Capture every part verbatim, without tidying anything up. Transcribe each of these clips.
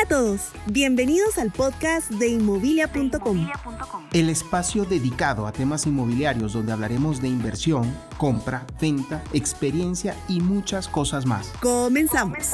a todos, bienvenidos al podcast de Inmobilia punto com, el espacio dedicado a temas inmobiliarios donde hablaremos de inversión, compra, venta, experiencia y muchas cosas más. Comenzamos.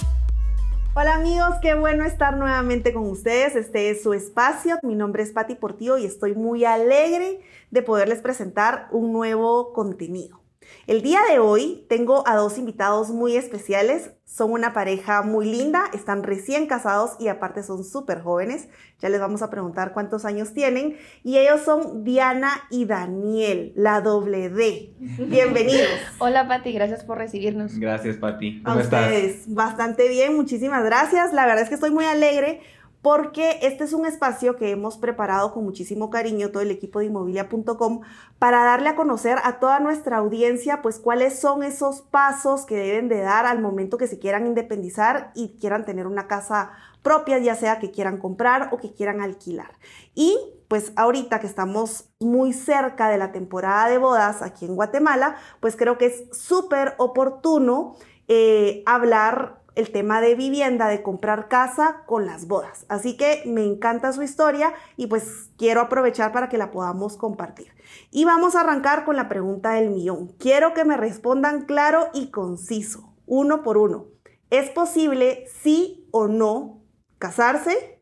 Hola amigos, qué bueno estar nuevamente con ustedes. Este es su espacio. Mi nombre es Pati Portillo y estoy muy alegre de poderles presentar un nuevo contenido. El día de hoy tengo a dos invitados muy especiales. Son una pareja muy linda, están recién casados y aparte son súper jóvenes. Ya les vamos a preguntar cuántos años tienen. Y ellos son Diana y Daniel, la doble D. Bienvenidos. Hola Pati, gracias por recibirnos. Gracias Pati. ¿Cómo a estás? ustedes, bastante bien, muchísimas gracias. La verdad es que estoy muy alegre porque este es un espacio que hemos preparado con muchísimo cariño todo el equipo de Inmobilia punto com para darle a conocer a toda nuestra audiencia pues cuáles son esos pasos que deben de dar al momento que se quieran independizar y quieran tener una casa propia, ya sea que quieran comprar o que quieran alquilar. Y pues ahorita que estamos muy cerca de la temporada de bodas aquí en Guatemala, pues creo que es súper oportuno eh, hablar el tema de vivienda, de comprar casa con las bodas. Así que me encanta su historia y pues quiero aprovechar para que la podamos compartir. Y vamos a arrancar con la pregunta del millón. Quiero que me respondan claro y conciso, uno por uno. ¿Es posible, sí o no, casarse,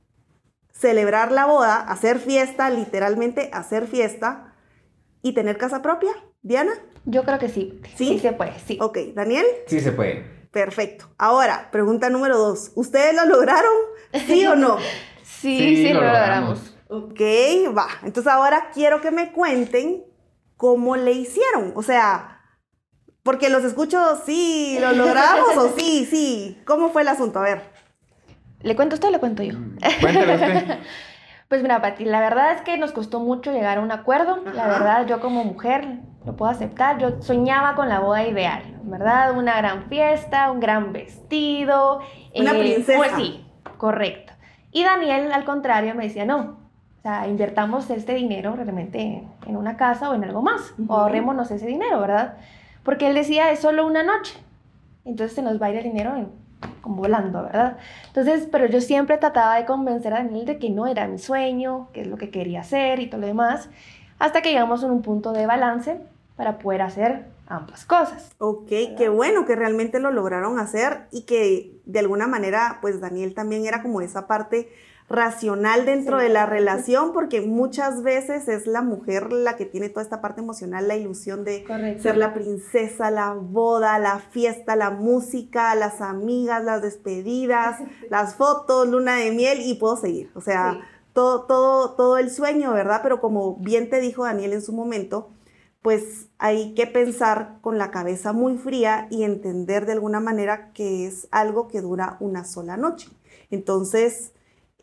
celebrar la boda, hacer fiesta, literalmente hacer fiesta y tener casa propia? ¿Diana? Yo creo que sí. ¿Sí? Sí se puede, sí. Ok, ¿Daniel? Sí se puede. Perfecto. Ahora, pregunta número dos. ¿Ustedes lo lograron? ¿Sí o no? Sí, Sí, sí, lo lo logramos. Ok, va. Entonces ahora quiero que me cuenten cómo le hicieron. O sea, porque los escucho, sí, lo logramos o sí, sí. ¿Cómo fue el asunto? A ver. ¿Le cuento usted o le cuento yo? Cuéntale usted. Pues mira, Pati, la verdad es que nos costó mucho llegar a un acuerdo. Ajá. La verdad, yo como mujer lo puedo aceptar. Yo soñaba con la boda ideal, ¿verdad? Una gran fiesta, un gran vestido. Una princesa. Pues sí, correcto. Y Daniel, al contrario, me decía, no, o sea, invirtamos este dinero realmente en una casa o en algo más. Uh-huh. O ahorrémonos ese dinero, ¿verdad? Porque él decía, es solo una noche. Entonces se nos va a ir el dinero en... como volando, ¿verdad? Entonces, pero yo siempre trataba de convencer a Daniel de que no era mi sueño, que es lo que quería hacer y todo lo demás, hasta que llegamos a un punto de balance para poder hacer ambas cosas. Ok, qué bueno que realmente lo lograron hacer y que de alguna manera, pues Daniel también era como esa parte racional dentro sí. de la relación, porque muchas veces es la mujer la que tiene toda esta parte emocional, la ilusión de Correcto. Ser la princesa, la boda, la fiesta, la música, las amigas, las despedidas, las fotos, luna de miel y puedo seguir, o sea, sí. todo, todo, todo el sueño, ¿verdad? Pero como bien te dijo Daniel en su momento, pues hay que pensar con la cabeza muy fría y entender de alguna manera que es algo que dura una sola noche. Entonces,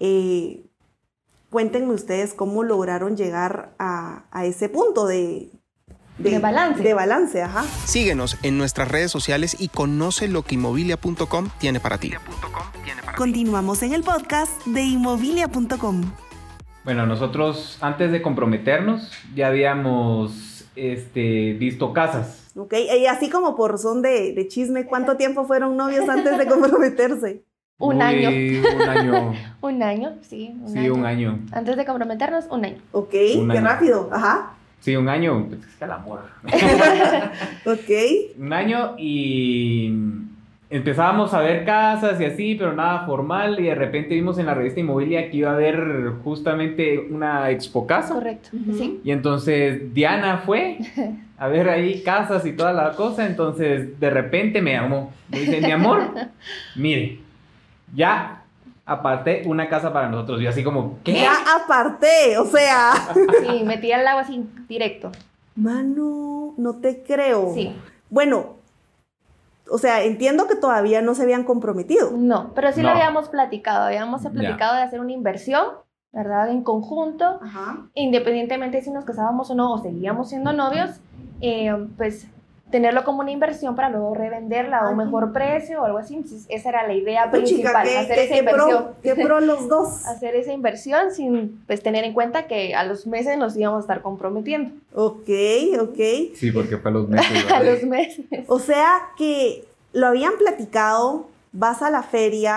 Eh, cuéntenme ustedes cómo lograron llegar a, a ese punto de, de, de balance. De balance, ajá. Síguenos en nuestras redes sociales y conoce lo que Inmobilia punto com tiene para ti. Continuamos en el podcast de Inmobilia punto com. Bueno, nosotros antes de comprometernos ya habíamos este, visto casas. Ok, y así como por son de, de chisme, ¿cuánto tiempo fueron novios antes de comprometerse? Un Muy, año. Un año. Un año, sí. Un sí, año. un año. Antes de comprometernos, un año. Ok, un qué año. rápido, ajá. Sí, un año, pues es que el amor. Ok. Un año y empezábamos a ver casas y así, pero nada formal, y de repente vimos en la revista Inmobilia que iba a haber justamente una expo casa. Correcto, Uh-huh. sí. Y entonces Diana fue a ver ahí casas y toda la cosa, entonces de repente me llamó. Me dice, mi amor, mire, ya aparté una casa para nosotros. Yo así como, ¿qué? Ya aparté, o sea. Sí, metí al agua así, directo. Mano, no te creo. Sí. Bueno, o sea, entiendo que todavía no se habían comprometido. No, pero sí No. lo habíamos platicado. Habíamos platicado Ya. de hacer una inversión, ¿verdad? En conjunto. Ajá. Independientemente si nos casábamos o no, o seguíamos siendo novios, eh, pues tenerlo como una inversión para luego revenderla a un Ay. mejor precio o algo así. Entonces, esa era la idea Pues, chica, principal, qué, hacer qué, esa qué inversión. pro, qué pro los dos. Hacer esa inversión sin pues tener en cuenta que a los meses nos íbamos a estar comprometiendo. Ok, ok. Sí, porque fue a los meses. A los meses. O sea que lo habían platicado, vas a la feria,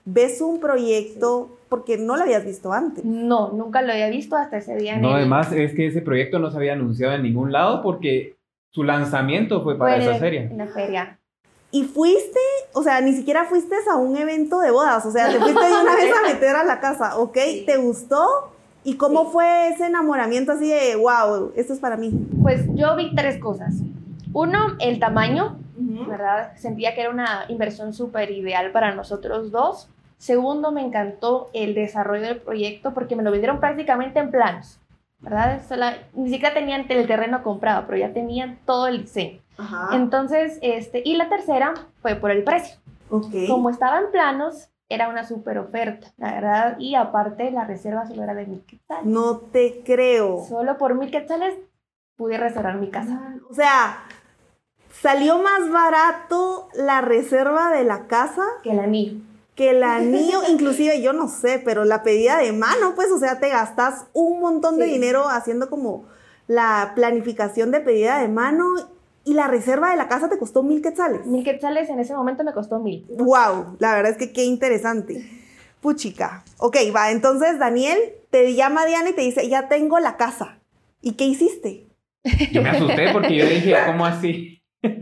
ves un proyecto porque no lo habías visto antes. No, nunca lo había visto hasta ese día. en No, el- además es que ese proyecto no se había anunciado en ningún lado porque su lanzamiento fue para fue esa en- feria. En la feria. Y fuiste, o sea, ni siquiera fuiste a un evento de bodas, o sea, te fuiste de una vez a meter a la casa, ¿ok? Sí. ¿Te gustó? ¿Y cómo Sí. fue ese enamoramiento así de, wow, esto es para mí? Pues yo vi tres cosas. Uno, el tamaño, ¿verdad? Sentía que era una inversión súper ideal para nosotros dos. Segundo, me encantó el desarrollo del proyecto porque me lo vendieron prácticamente en planos, ¿verdad? Sola- ni siquiera tenían el terreno comprado, pero ya tenían todo el diseño. Ajá. Entonces, este, y la tercera fue por el precio. Ok. Como estaba en planos, era una súper oferta, la verdad. Y aparte, la reserva solo era de mil quetzales. No te creo. Solo por mil quetzales pude reservar mi casa. O sea, salió más barato la reserva de la casa Que el anillo. que el anillo, inclusive yo no sé, pero la pedida de mano, pues, o sea, te gastas un montón de Sí. dinero haciendo como la planificación de pedida de mano y la reserva de la casa te costó mil quetzales. Mil quetzales en ese momento me costó mil. Wow, la verdad es que qué interesante. Puchica. Ok, va, entonces Daniel te llama Diana y te dice, ya tengo la casa. ¿Y qué hiciste? Yo me asusté porque yo dije, ¿cómo así?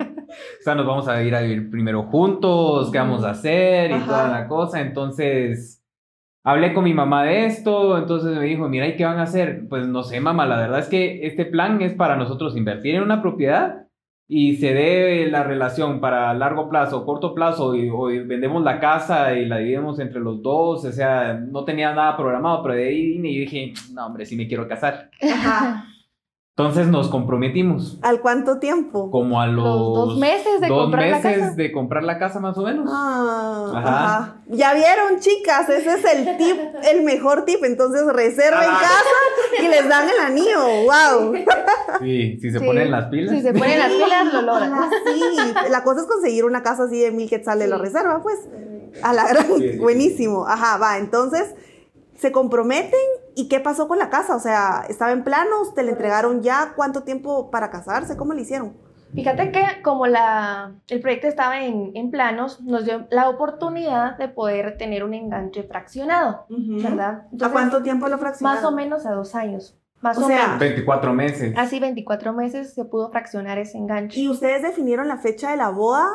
O sea, nos vamos a ir a vivir primero juntos, ¿qué vamos a hacer? Y Ajá. toda la cosa. Entonces, hablé con mi mamá de esto, entonces me dijo, mira, ¿y qué van a hacer? Pues no sé, mamá, la verdad es que este plan es para nosotros invertir en una propiedad y se dé la relación para largo plazo, corto plazo, y, o vendemos la casa y la dividimos entre los dos. O sea, no tenía nada programado, pero de ahí vine y dije, no, hombre, sí me quiero casar. Ajá. Entonces nos comprometimos. ¿Al cuánto tiempo? Como a los, Los dos meses de dos comprar la meses casa. de comprar la casa más o menos. Ah, Ajá. ajá. Ya vieron, chicas, ese es el tip, el mejor tip. Entonces reserven Ajá. casa y les dan el anillo. Wow. Sí, si se Sí. ponen las pilas. Si se ponen las pilas, lo logran. Ah, sí, la cosa es conseguir una casa así de mil quetzales de la Sí. reserva, pues. A la gran, Sí, sí, sí. buenísimo. Ajá, va, entonces se comprometen. ¿Y qué pasó con la casa? O sea, ¿estaba en planos? ¿Te la entregaron ya? ¿Cuánto tiempo para casarse? ¿Cómo le hicieron? Fíjate que como la, el proyecto estaba en, en planos, nos dio la oportunidad de poder tener un enganche fraccionado, ¿verdad? ¿A Entonces, cuánto tiempo lo fraccionaron? Más o menos a dos años. Más O o, sea, menos. veinticuatro meses. Así veinticuatro meses se pudo fraccionar ese enganche. ¿Y ustedes definieron la fecha de la boda?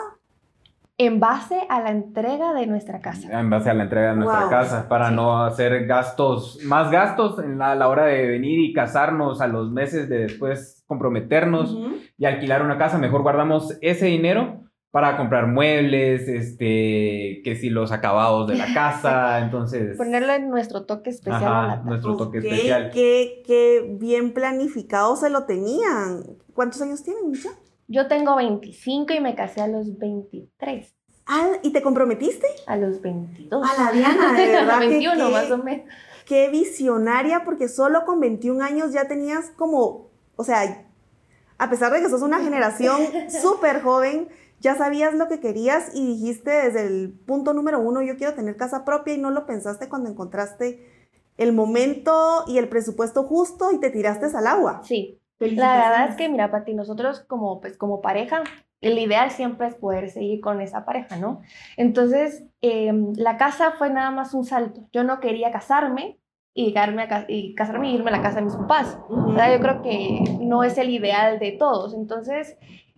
En base a la entrega de nuestra casa. En base a la entrega de nuestra Wow. casa, para Sí. no hacer gastos, más gastos en la, a la hora de venir y casarnos, a los meses de después comprometernos Ujú. y alquilar una casa. Mejor guardamos ese dinero para comprar muebles, este, que si los acabados de la casa, entonces... Ponerle nuestro toque especial a la Ajá, nuestro toque Ok, especial. Qué, qué bien planificado se lo tenían. ¿Cuántos años tienen, Micha? Yo tengo veinticinco y me casé a los veintitrés. Ah, ¿y te comprometiste? A los veintidós. A la Diana, de verdad que veintiuno qué- más o menos. Qué visionaria, porque solo con veintiún años ya tenías como, o sea, a pesar de que sos una generación súper joven, ya sabías lo que querías y dijiste desde el punto número uno, yo quiero tener casa propia, y no lo pensaste cuando encontraste el momento y el presupuesto justo y te tiraste al agua. Sí. La verdad es que, mira, Pati, nosotros como, pues, como pareja, el ideal siempre es poder seguir con esa pareja, ¿no? Entonces, eh, la casa fue nada más un salto. Yo no quería casarme y, llegarme a ca- y casarme y irme a la casa de mis papás. Ujú. ¿Verdad? Yo creo que no es el ideal de todos. Entonces,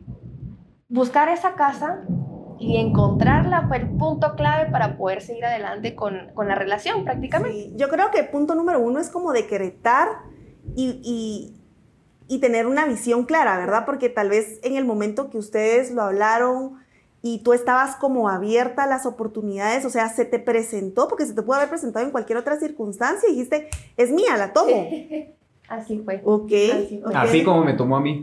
buscar esa casa y encontrarla fue el punto clave para poder seguir adelante con, con la relación, prácticamente. Sí, yo creo que el punto número uno es como decretar y, y, y tener una visión clara, ¿verdad? Porque tal vez en el momento que ustedes lo hablaron y tú estabas como abierta a las oportunidades, o sea, se te presentó, porque se te pudo haber presentado en cualquier otra circunstancia y dijiste, es mía, la tomo. Así fue. Ok, Así fue. ok. Así como me tomó a mí.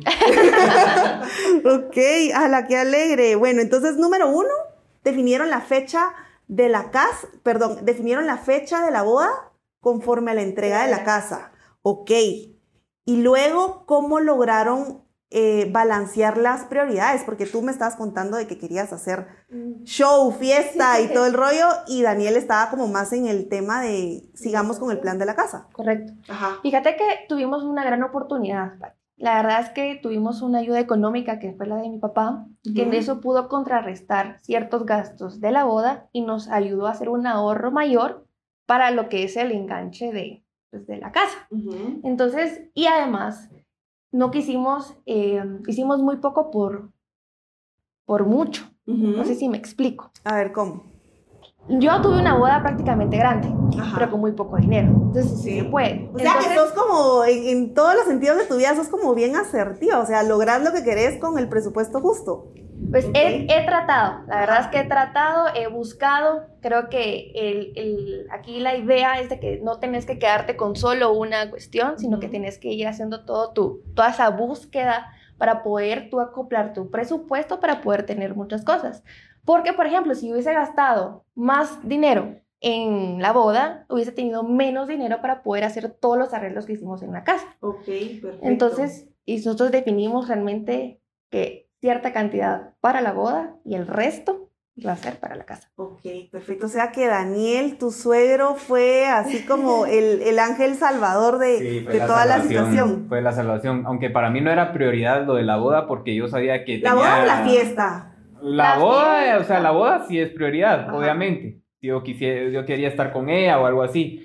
Ok, a la que alegre. Bueno, entonces, número uno, definieron la fecha de la casa, perdón, definieron la fecha de la boda conforme a la entrega de la casa. Ok. Y luego, ¿cómo lograron eh, balancear las prioridades? Porque tú me estabas contando de que querías hacer show, fiesta y todo el rollo, y Daniel estaba como más en el tema de sigamos con el plan de la casa. Correcto. Ajá. Fíjate que tuvimos una gran oportunidad, Pati. la verdad es que tuvimos una ayuda económica que fue la de mi papá, uh-huh. que en eso pudo contrarrestar ciertos gastos de la boda y nos ayudó a hacer un ahorro mayor para lo que es el enganche de, pues, de la casa. Uh-huh. Entonces, y además, no quisimos, eh, hicimos muy poco por, por mucho. Uh-huh. No sé si me explico. A ver, ¿cómo? Yo tuve una boda prácticamente grande, ajá. pero con muy poco dinero. Entonces, sí se puede. O sea, Entonces, que sos como, en, en todos los sentidos de tu vida, sos como bien asertiva. O sea, lográs lo que querés con el presupuesto justo. Pues okay. he, he tratado, la verdad es que he tratado, he buscado. Creo que el, el, aquí la idea es de que no tenés que quedarte con solo una cuestión, sino uh-huh. que tenés que ir haciendo todo tu, toda esa búsqueda para poder tú acoplar tu presupuesto para poder tener muchas cosas. Porque, por ejemplo, si hubiese gastado más dinero en la boda, hubiese tenido menos dinero para poder hacer todos los arreglos que hicimos en la casa. Ok, perfecto. Entonces, y nosotros definimos realmente que cierta cantidad para la boda y el resto iba a ser para la casa. Ok, perfecto. O sea que Daniel, tu suegro, fue así como el, el ángel salvador de, sí, de la toda la situación. Fue la salvación, aunque para mí no era prioridad lo de la boda porque yo sabía que ¿La tenía... boda o la fiesta? La boda, o sea, la boda sí es prioridad, ajá. obviamente. Yo, quisiera, yo quería estar con ella o algo así.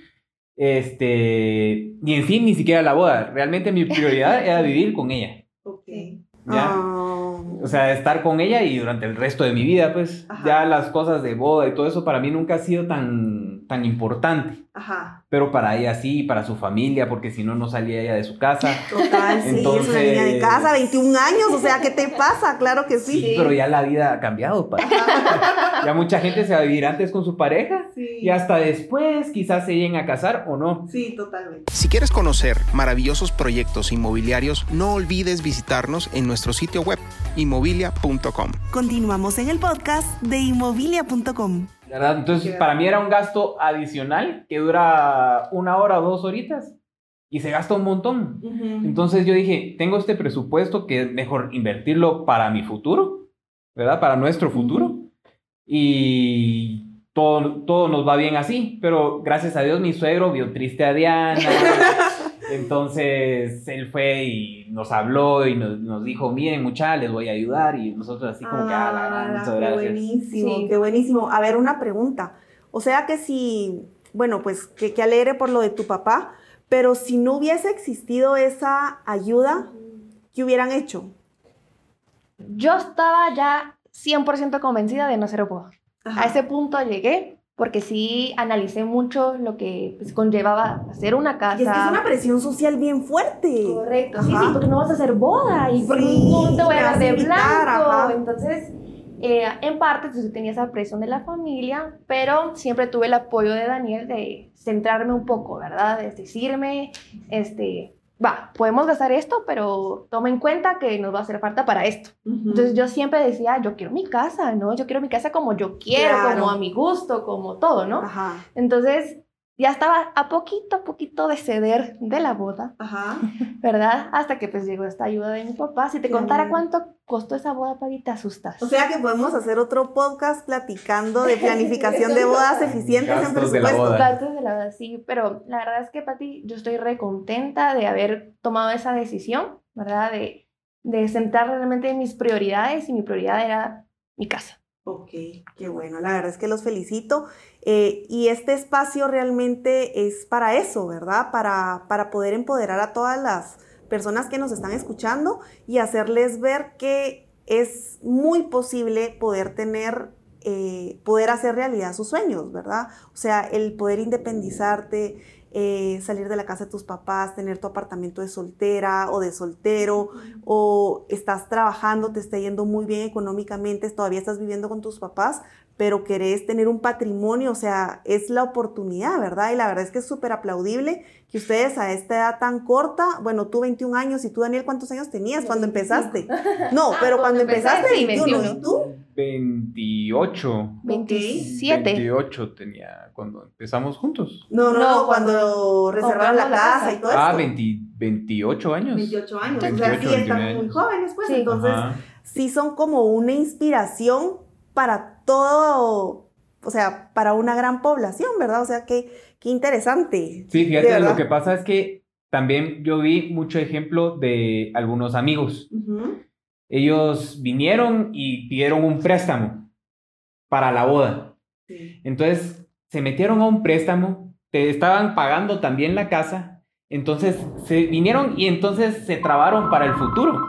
Este, y en sí, ni siquiera la boda. Realmente mi prioridad era vivir con ella. Ok. ¿Ya? Oh. O sea, estar con ella y durante el resto de mi vida, pues, ajá. ya las cosas de boda y todo eso para mí nunca ha sido tan, tan importante. Ajá. Pero para ella sí, para su familia, porque si no, no salía ella de su casa. Total, sí, entonces, es una niña de casa, veintiún años, o sea, ¿qué te pasa? Claro que sí. Sí, pero ya la vida ha cambiado, pa. Ya mucha gente se va a vivir antes con su pareja sí. y hasta después quizás se lleguen a casar o no. Sí, totalmente. Si quieres conocer maravillosos proyectos inmobiliarios, no olvides visitarnos en nuestro sitio web, inmobilia punto com. Continuamos en el podcast de inmobilia punto com. ¿Verdad? Entonces, para mí era un gasto adicional que dura una hora o dos horitas y se gasta un montón. Uh-huh. Entonces yo dije, tengo este presupuesto que es mejor invertirlo para mi futuro, ¿verdad? Para nuestro futuro. Uh-huh. Y todo, todo nos va bien así, pero gracias a Dios mi suegro vio triste a Diana. Entonces él fue y nos habló y nos, nos dijo, miren muchachos, les voy a ayudar, y nosotros así como ah, que, ah, la gran, muchas qué gracias. Buenísimo, sí. Qué buenísimo. A ver, una pregunta. O sea que si, bueno, pues que, que alegre por lo de tu papá, pero si no hubiese existido esa ayuda, ¿qué hubieran hecho? Yo estaba ya cien por ciento convencida de no ser boda. A ese punto llegué. Porque sí analicé mucho lo que pues, conllevaba hacer una casa. Y es que es una presión social bien fuerte. Correcto, ajá. sí, sí, porque no vas a hacer boda y porque sí, no te voy a dar de blanco. Ajá. Entonces, eh, en parte, pues, tenía esa presión de la familia, pero siempre tuve el apoyo de Daniel de centrarme un poco, ¿verdad? De decirme, este... va, podemos gastar esto, pero toma en cuenta que nos va a hacer falta para esto. Uh-huh. Entonces yo siempre decía, yo quiero mi casa, ¿no? Yo quiero mi casa como yo quiero, claro. como a mi gusto, como todo, ¿no? Ajá. Entonces ya estaba a poquito a poquito de ceder de la boda, ajá. ¿verdad? Hasta que pues llegó esta ayuda de mi papá. Si te claro. contara cuánto costó esa boda, Pati, te asustas. O sea que podemos hacer otro podcast platicando de planificación de bodas eficientes gastos en presupuesto. De gastos de la boda, sí. Pero la verdad es que, Pati, yo estoy re contenta de haber tomado esa decisión, ¿verdad? De, de centrar realmente en mis prioridades, y mi prioridad era mi casa. Ok, qué bueno, la verdad es que los felicito. Eh, y este espacio realmente es para eso, ¿verdad? Para, para poder empoderar a todas las personas que nos están escuchando y hacerles ver que es muy posible poder tener, eh, poder hacer realidad sus sueños, ¿verdad? O sea, el poder independizarte, eh, salir de la casa de tus papás, tener tu apartamento de soltera o de soltero, uh-huh. o estás trabajando, te está yendo muy bien económicamente, todavía estás viviendo con tus papás, pero querés tener un patrimonio, o sea, es la oportunidad, ¿verdad? Y la verdad es que es súper aplaudible que ustedes a esta edad tan corta, bueno, tú veintiún años, y tú, Daniel, ¿cuántos años tenías cuando empezaste? No, pero ah, cuando empezaste, sí, veintiuno, veintiuno. ¿Y tú? veintiocho. veintisiete. veintiocho tenía cuando empezamos juntos. No, no, no, cuando, cuando reservaron la, la casa, casa y todo eso. Ah, veinte, veintiocho años. veintiocho años, veintiocho, o sea, sí, están muy jóvenes, pues, sí. Entonces, ajá. sí son como una inspiración para todo, o sea, para una gran población, ¿verdad? O sea, qué, qué interesante. Sí, fíjate, lo que pasa es que también yo vi mucho ejemplo de algunos amigos. Ujú. Ellos vinieron y pidieron un préstamo para la boda. Sí. Entonces se metieron a un préstamo, te estaban pagando también la casa, entonces se vinieron y entonces se trabaron para el futuro,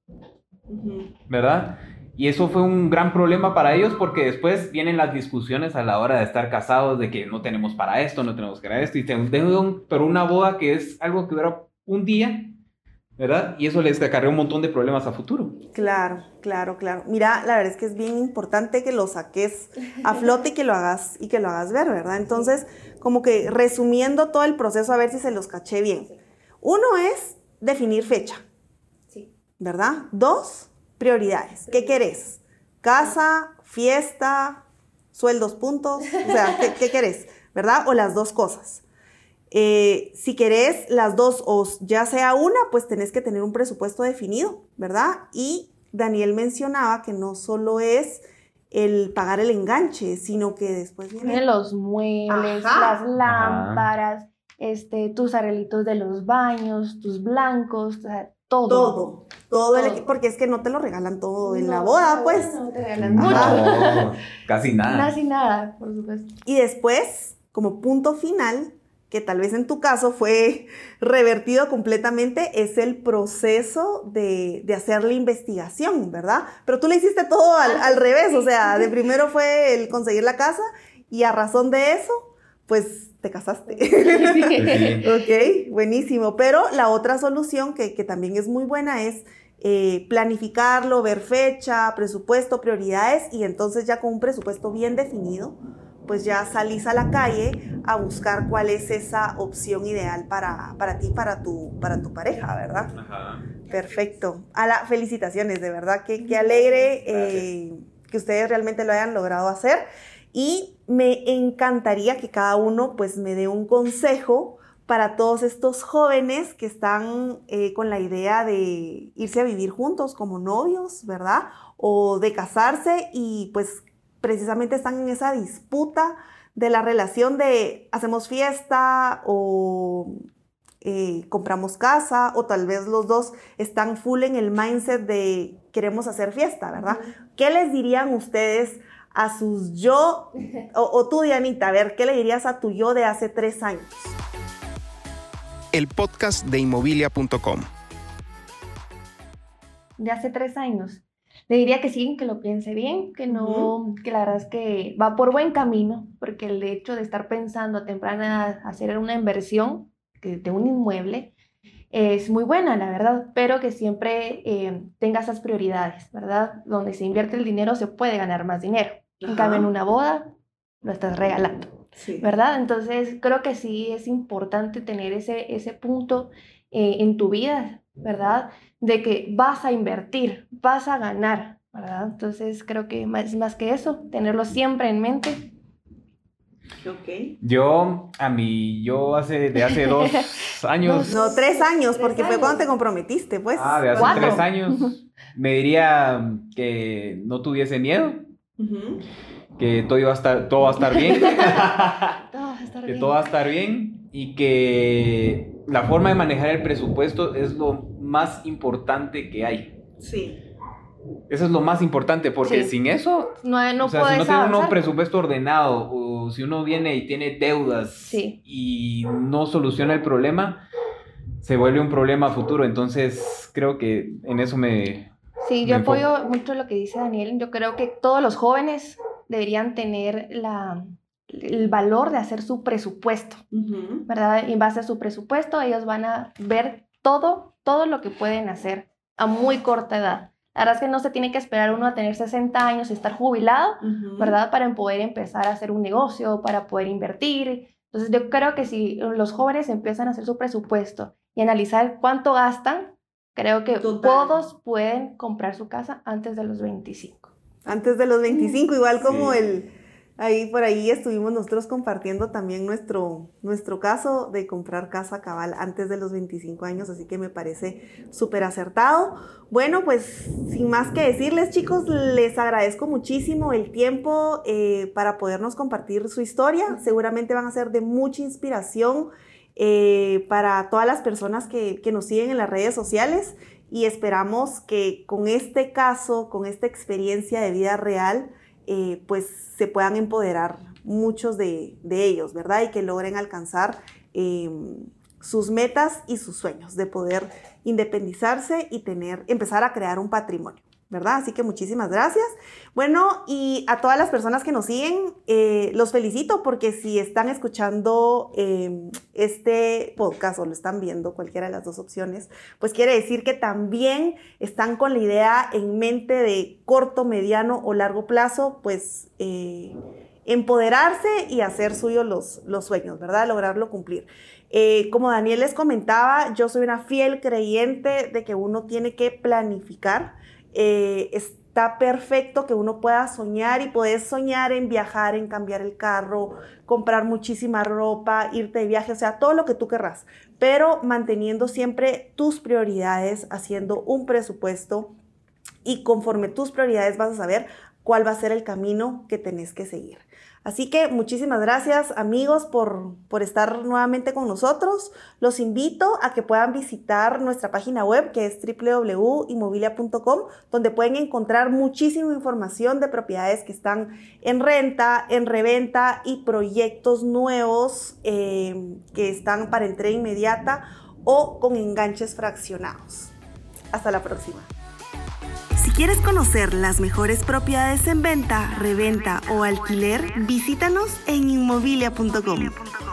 Ujú. ¿verdad? Y eso fue un gran problema para ellos porque después vienen las discusiones a la hora de estar casados de que no tenemos para esto, no tenemos para esto, y te un, pero una boda que es algo que dura un día, ¿verdad? Y eso les acarrea un montón de problemas a futuro. Claro, claro, claro. Mira, la verdad es que es bien importante que lo saques a flote y que lo hagas y que lo hagas ver, ¿verdad? Entonces, como que resumiendo todo el proceso, a ver si se los caché bien. Uno es definir fecha, Sí. ¿verdad? Dos, prioridades. ¿Qué querés? ¿Casa, fiesta, sueldos, puntos? O sea, ¿qué, qué querés? ¿Verdad? O las dos cosas. Eh, si querés las dos o ya sea una, pues tenés que tener un presupuesto definido, ¿verdad? Y Daniel mencionaba que no solo es el pagar el enganche, sino que después viene... Vienen los muebles, Ajá. las lámparas, este, tus arreglitos de los baños, tus blancos, o sea, todo. Todo, todo, el Todo. equi- porque es que no te lo regalan todo en la No, boda, pues. No te regalan Ajá. mucho. No, casi nada. Casi nada, por supuesto. Y después, como punto final, que tal vez en tu caso fue revertido completamente, es el proceso de, de hacer la investigación, ¿verdad? Pero tú le hiciste todo al, al revés, o sea, de primero fue el conseguir la casa y a razón de eso, pues te casaste. Sí. Ok, buenísimo. Pero la otra solución que, que también es muy buena es eh, planificarlo, ver fecha, presupuesto, prioridades, y entonces ya con un presupuesto bien definido, pues ya salís a la calle a buscar cuál es esa opción ideal para, para ti, para tu, para tu pareja, ¿verdad? Ajá. Perfecto. A la, felicitaciones, de verdad, que, que alegre eh, que ustedes realmente lo hayan logrado hacer. Y me encantaría que cada uno pues me dé un consejo para todos estos jóvenes que están eh, con la idea de irse a vivir juntos como novios, ¿verdad? O de casarse y pues precisamente están en esa disputa de la relación de hacemos fiesta o eh, compramos casa, o tal vez los dos están full en el mindset de queremos hacer fiesta, ¿verdad? ¿Qué les dirían ustedes a sus yo, o, o tú, Dianita, a ver, ¿qué le dirías a tu yo de hace tres años? El podcast de inmobilia punto com. De hace tres años. Le diría que sí, que lo piense bien, que no, uh-huh. que la verdad es que va por buen camino, porque el hecho de estar pensando a temprana edad hacer una inversión de un inmueble es muy buena, la verdad, pero que siempre eh, tenga esas prioridades, ¿verdad? Donde se invierte el dinero se puede ganar más dinero. Uh-huh. En cambio, en una boda lo estás regalando, sí. ¿verdad? Entonces, creo que sí es importante tener ese, ese punto eh, en tu vida, ¿verdad? De que vas a invertir, vas a ganar, ¿verdad? Entonces, creo que más, más que eso, tenerlo siempre en mente. Okay. Yo, a mí, yo hace, de hace dos años... No, tres años, tres porque años. fue cuando te comprometiste, pues. Ah, de hace ¿Cuatro? tres años. Me diría que no tuviese miedo, uh-huh. que todo, iba a estar, todo va a estar bien, todo va a estar que bien. todo va a estar bien y que la forma de manejar el presupuesto es lo más importante que hay. Sí. Eso es lo más importante, porque sí. sin eso, no, no o sea, puedes si no tiene avanzar. uno un presupuesto ordenado, o si uno viene y tiene deudas sí. y no soluciona el problema, se vuelve un problema futuro. Entonces, creo que en eso me... Sí, yo me apoyo enfoco. mucho lo que dice Daniel. Yo creo que todos los jóvenes deberían tener la, el valor de hacer su presupuesto, uh-huh. ¿verdad? Y en base a su presupuesto, ellos van a ver todo, todo lo que pueden hacer a muy corta edad. La verdad es que no se tiene que esperar uno a tener sesenta años y estar jubilado, uh-huh. ¿verdad? Para poder empezar a hacer un negocio, para poder invertir. Entonces yo creo que si los jóvenes empiezan a hacer su presupuesto y analizar cuánto gastan, creo que Total. todos pueden comprar su casa antes de los veinticinco. Antes de los veinticinco, igual como sí. el... Ahí por ahí estuvimos nosotros compartiendo también nuestro, nuestro caso de comprar casa cabal antes de los veinticinco años, así que me parece súper acertado. Bueno, pues sin más que decirles, chicos, les agradezco muchísimo el tiempo eh, para podernos compartir su historia. Seguramente van a ser de mucha inspiración eh, para todas las personas que, que nos siguen en las redes sociales, y esperamos que con este caso, con esta experiencia de vida real, eh, pues se puedan empoderar muchos de, de ellos, ¿verdad? Y que logren alcanzar eh, sus metas y sus sueños de poder independizarse y tener, empezar a crear un patrimonio, ¿verdad? Así que muchísimas gracias. Bueno, y a todas las personas que nos siguen, eh, los felicito porque si están escuchando eh, este podcast o lo están viendo, cualquiera de las dos opciones, pues quiere decir que también están con la idea en mente de corto, mediano o largo plazo, pues eh, empoderarse y hacer suyos los, los sueños, ¿verdad? Lograrlo cumplir. Eh, como Daniel les comentaba, yo soy una fiel creyente de que uno tiene que planificar. Eh, está perfecto que uno pueda soñar y puedes soñar en viajar, en cambiar el carro, comprar muchísima ropa, irte de viaje, o sea, todo lo que tú querrás, pero manteniendo siempre tus prioridades, haciendo un presupuesto y conforme tus prioridades vas a saber cuál va a ser el camino que tenés que seguir. Así que muchísimas gracias, amigos, por, por estar nuevamente con nosotros. Los invito a que puedan visitar nuestra página web, que es doble u doble u doble u punto inmobilia punto com, donde pueden encontrar muchísima información de propiedades que están en renta, en reventa y proyectos nuevos eh, que están para entrega inmediata o con enganches fraccionados. hasta la próxima. Si quieres conocer las mejores propiedades en venta, reventa o alquiler, visítanos en inmobilia punto com.